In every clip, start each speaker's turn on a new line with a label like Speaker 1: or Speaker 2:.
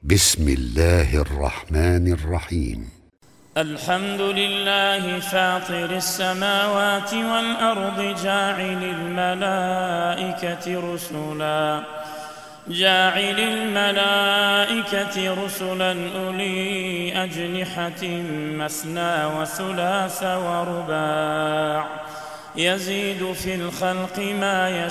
Speaker 1: بسم الله الرحمن الرحيم.
Speaker 2: الحمد لله فاطر السماوات والأرض جاعل الملائكة رسلا أولي أجنحة مثنى وثلاث ورباع يزيد في الخلق ما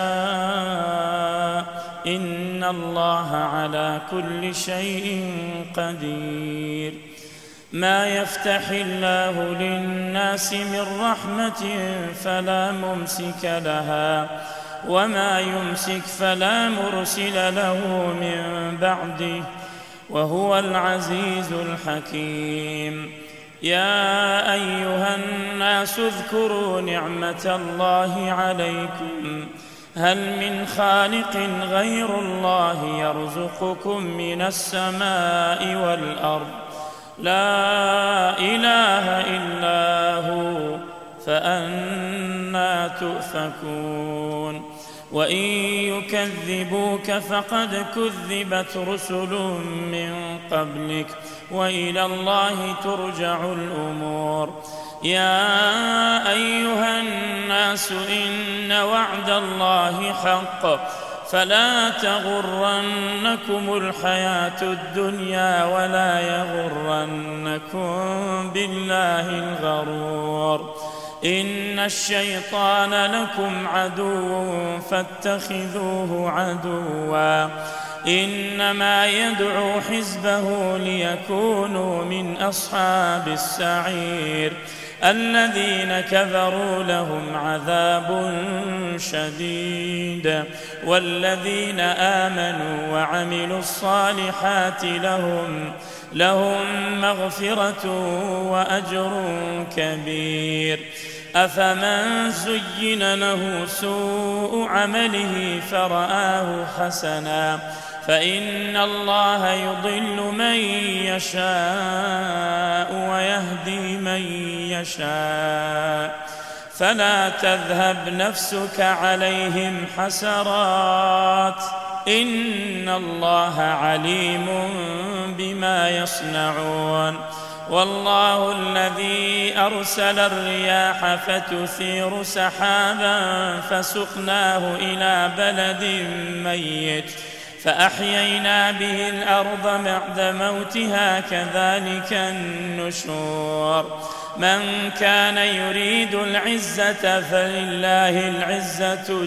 Speaker 2: يشاء إن الله على كل شيء قدير. ما يفتح الله للناس من رحمة فلا ممسك لها وما يمسك فلا مرسل له من بعده وهو العزيز الحكيم. يا أيها الناس اذكروا نعمة الله عليكم هل من خالق غير الله يرزقكم من السماء والأرض لا إله إلا هو فأنى تؤفكون. وإن يكذبوك فقد كذبت رسل من قبلك وإلى الله ترجع الأمور. يا أيها الناس إن وعد الله حق فلا تغرنكم الحياة الدنيا ولا يغرنكم بالله الغرور. إن الشيطان لكم عدو فاتخذوه عدوا إنما يدعو حزبه ليكونوا من أصحاب السعير. الذين كفروا لهم عذاب شديد والذين آمنوا وعملوا الصالحات لهم مغفرة وأجر كبير. أفمن زين له سوء عمله فرآه حسنا فإن الله يضل من يشاء ويهدي من يشاء فلا تذهب نفسك عليهم حسرات إن الله عليم بما يصنعون. والله الذي أرسل الرياح فتثير سحابا فسقناه إلى بلد ميت فأحيينا به الأرض بعد موتها كذلك النشور. من كان يريد العزة فلله العزة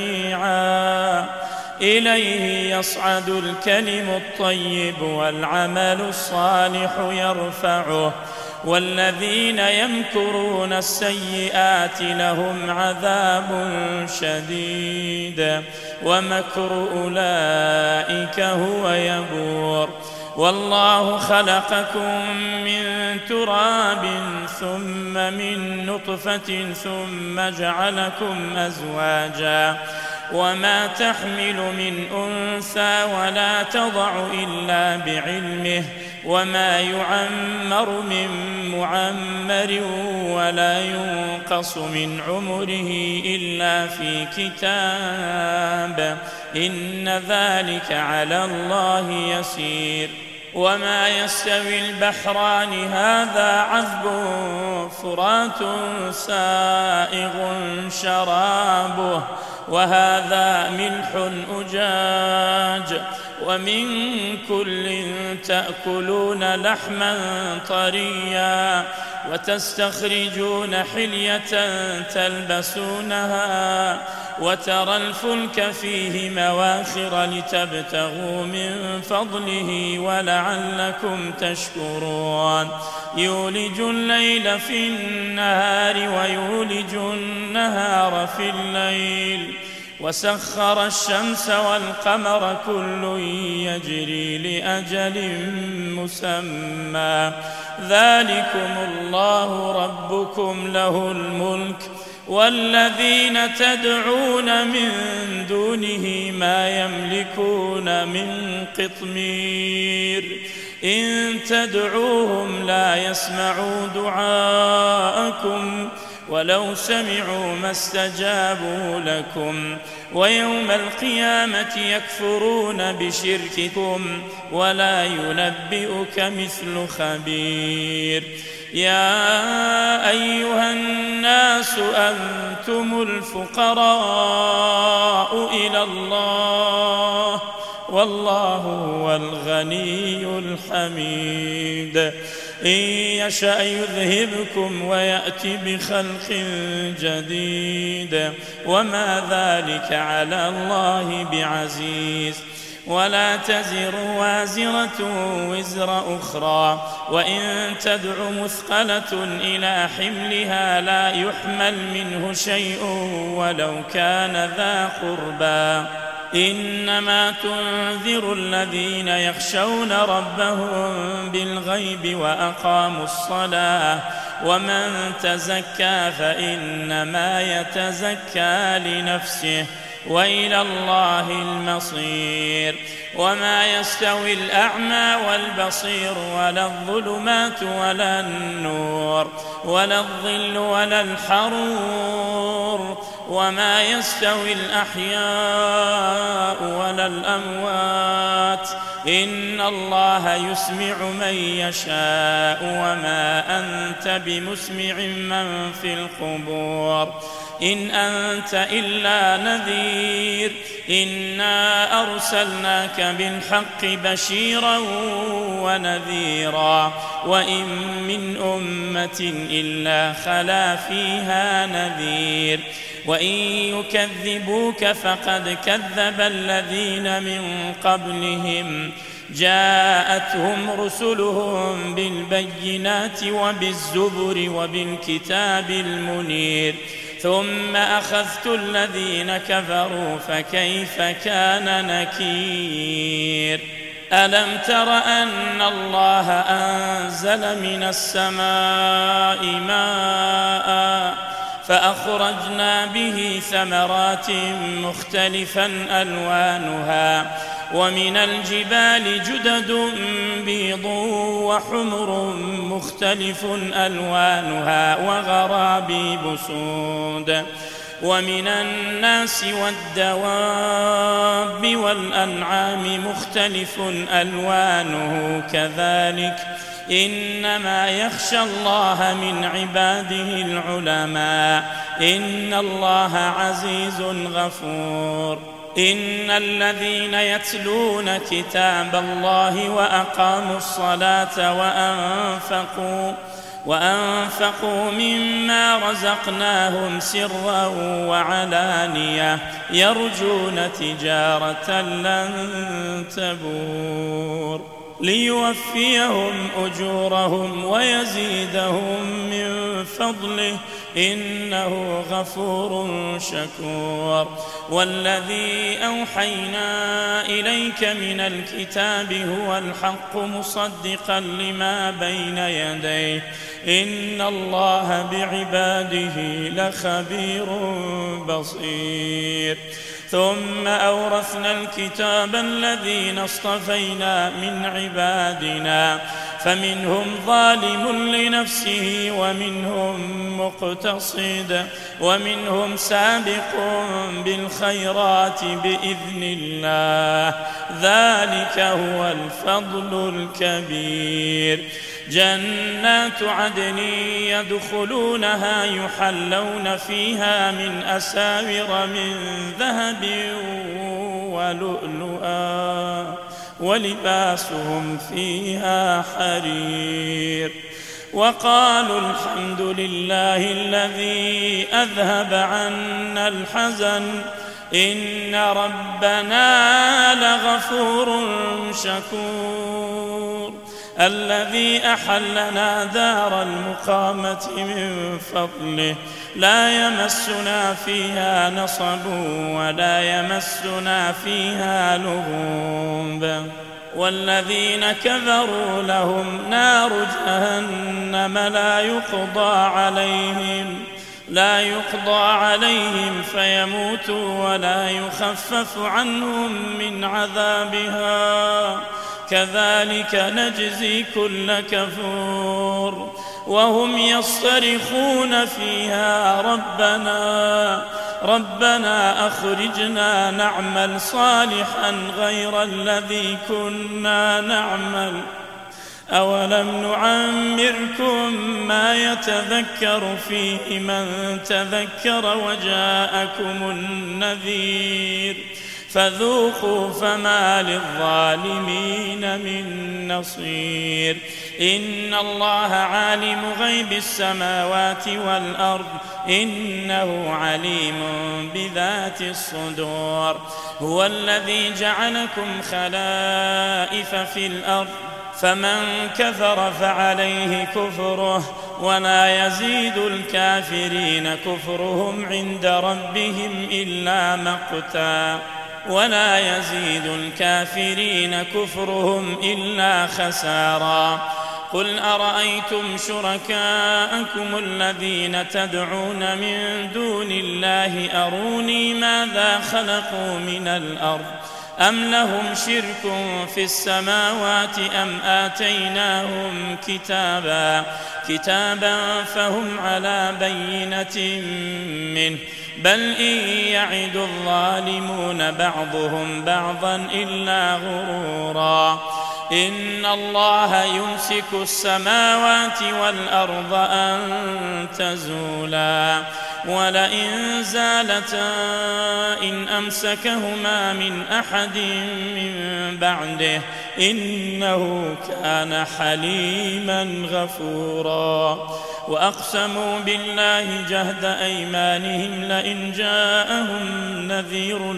Speaker 2: جميعا إليه يصعد الكلم الطيب والعمل الصالح يرفعه والذين يمكرون السيئات لهم عذاب شديد ومكر أولئك هو يبور. والله خلقكم من تراب ثم من نطفة ثم جعلكم أزواجا وما تحمل من أنثى ولا تضع إلا بعلمه وما يعمر من معمر ولا ينقص من عمره إلا في كتاب إن ذلك على الله يسير. وما يستوي البحران هذا عذب فرات سائغ شرابه وهذا ملح أجاج ومن كل تأكلون لحما طريا وتستخرجون حلية تلبسونها وترى الفلك فيه مواخر لتبتغوا من فضله ولعلكم تشكرون. يولج الليل في النهار ويولج النهار في الليل وسخر الشمس والقمر كل يجري لأجل مسمى ذلكم الله ربكم له الملك والذين تدعون من دونه ما يملكون من قطمير إن تدعوهم لا يسمعوا دعاءكم ولو سمعوا ما استجابوا لكم ويوم القيامة يكفرون بشرككم ولا ينبئك مثل خبير. يا أيها الناس أنتم الفقراء إلى الله والله هو الغني الحميد. إن يشأ يذهبكم ويأتي بخلق جديد وما ذلك على الله بعزيز. ولا تزر وازرة وزر أخرى وإن تدع مثقلة إلى حملها لا يحمل منه شيء ولو كان ذا قربى. إنما تنذر الذين يخشون ربهم بالغيب وأقاموا الصلاة ومن تزكى فإنما يتزكى لنفسه وإلى الله المصير. وما يستوي الأعمى والبصير ولا الظلمات ولا النور ولا الظل ولا الحرور وما يستوي الأحياء ولا الأموات إن الله يسمع من يشاء وما أنت بمسمع من في القبور إن أنت إلا نذير. إنا أرسلناك بالحق بشيرا ونذيرا وإن من أمة إلا خلا فيها نذير. وإن يكذبوك فقد كذب الذين من قبلهم جاءتهم رسلهم بالبينات وبالزبر وبالكتاب المنير ثم أخذت الذين كفروا فكيف كان نكير. ألم تر أن الله أنزل من السماء ماء فأخرجنا به ثمرات مختلفا ألوانها ومن الجبال جدد بيض وحمر مختلف ألوانها وغرابيب سود ومن الناس والدواب والأنعام مختلف ألوانه كذلك إنما يخشى الله من عباده العلماء إن الله عزيز غفور. إن الذين يتلون كتاب الله وأقاموا الصلاة وأنفقوا مما رزقناهم سرا وعلانية يرجون تجارة لن تبور ليوفيهم أجورهم ويزيدهم من فضله إنه غفور شكور. والذي أوحينا إليك من الكتاب هو الحق مصدقا لما بين يديه إن الله بعباده لخبير بصير. ثم أورثنا الكتاب الذين اصطفينا من عبادنا فمنهم ظالم لنفسه ومنهم مقتصد ومنهم سابق بالخيرات بإذن الله ذلك هو الفضل الكبير. جنات عدن يدخلونها يحلون فيها من أساور من ذهب ولؤلؤا ولباسهم فيها حرير. وقالوا الحمد لله الذي أذهب عنا الحزن إن ربنا لغفور شكور. الذي أحلنا دار المقامة من فضله لا يمسنا فيها نصب ولا يمسنا فيها لغوب. والذين كفروا لهم نار جهنم لا يقضى عليهم فيموتوا ولا يخفف عنهم من عذابها كذلك نجزي كل كفور وهم يصطرخون فيها ربنا أخرجنا نعمل صالحا غير الذي كنا نعمل أولم نعمركم ما يتذكر فيه من تذكر وجاءكم النذير فذوقوا فما للظالمين من نصير إن الله عالم غيب السماوات والأرض إنه عليم بذات الصدور هو الذي جعلكم خلائف في الأرض فمن كفر فعليه كفره ولا يزيد الكافرين كفرهم عند ربهم إلا مقتا ولا يزيد الكافرين كفرهم إلا خسارا قل أرأيتم شركاءكم الذين تدعون من دون الله أروني ماذا خلقوا من الأرض أم لهم شرك في السماوات أم آتيناهم كتابا فهم على بينة منه بل إن يعد الظالمون بعضهم بعضا إلا غرورا إن الله يمسك السماوات والأرض أن تزولا ولئن زالتا إن أمسكهما من أحد من بعده إنه كان حليما غفورا وأقسموا بالله جهد أيمانهم لئن جاءهم نذير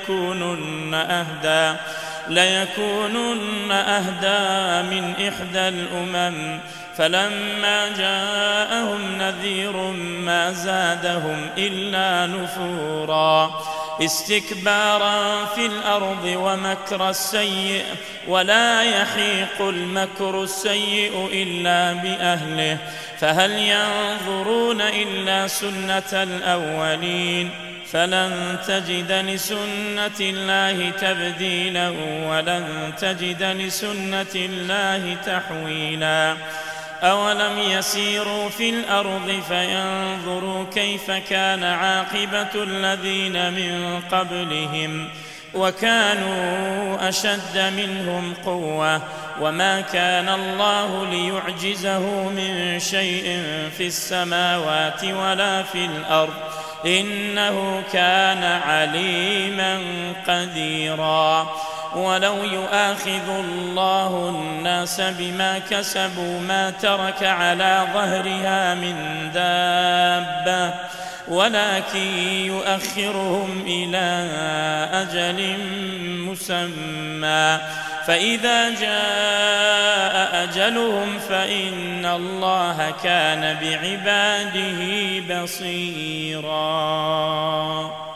Speaker 2: ليكونن أهدى من إحدى الأمم فلما جاءهم نذير ما زادهم إلا نفورا استكبارا في الأرض ومكر السيء ولا يحيق المكر السيء إلا بأهله فهل ينظرون إلا سنة الأولين فلن تجد لسنة الله تبديلا ولن تجد لسنة الله تحويلا أولم يسيروا في الأرض فينظروا كيف كان عاقبة الذين من قبلهم وكانوا أشد منهم قوة وما كان الله ليعجزه من شيء في السماوات ولا في الأرض إنه كان عليما قديرا ولو يؤاخذ الله الناس بما كسبوا ما ترك على ظهرها من دابة ولكن يؤخرهم إلى أجل مسمى فإذا جاء أجلهم فإن الله كان بعباده بصيراً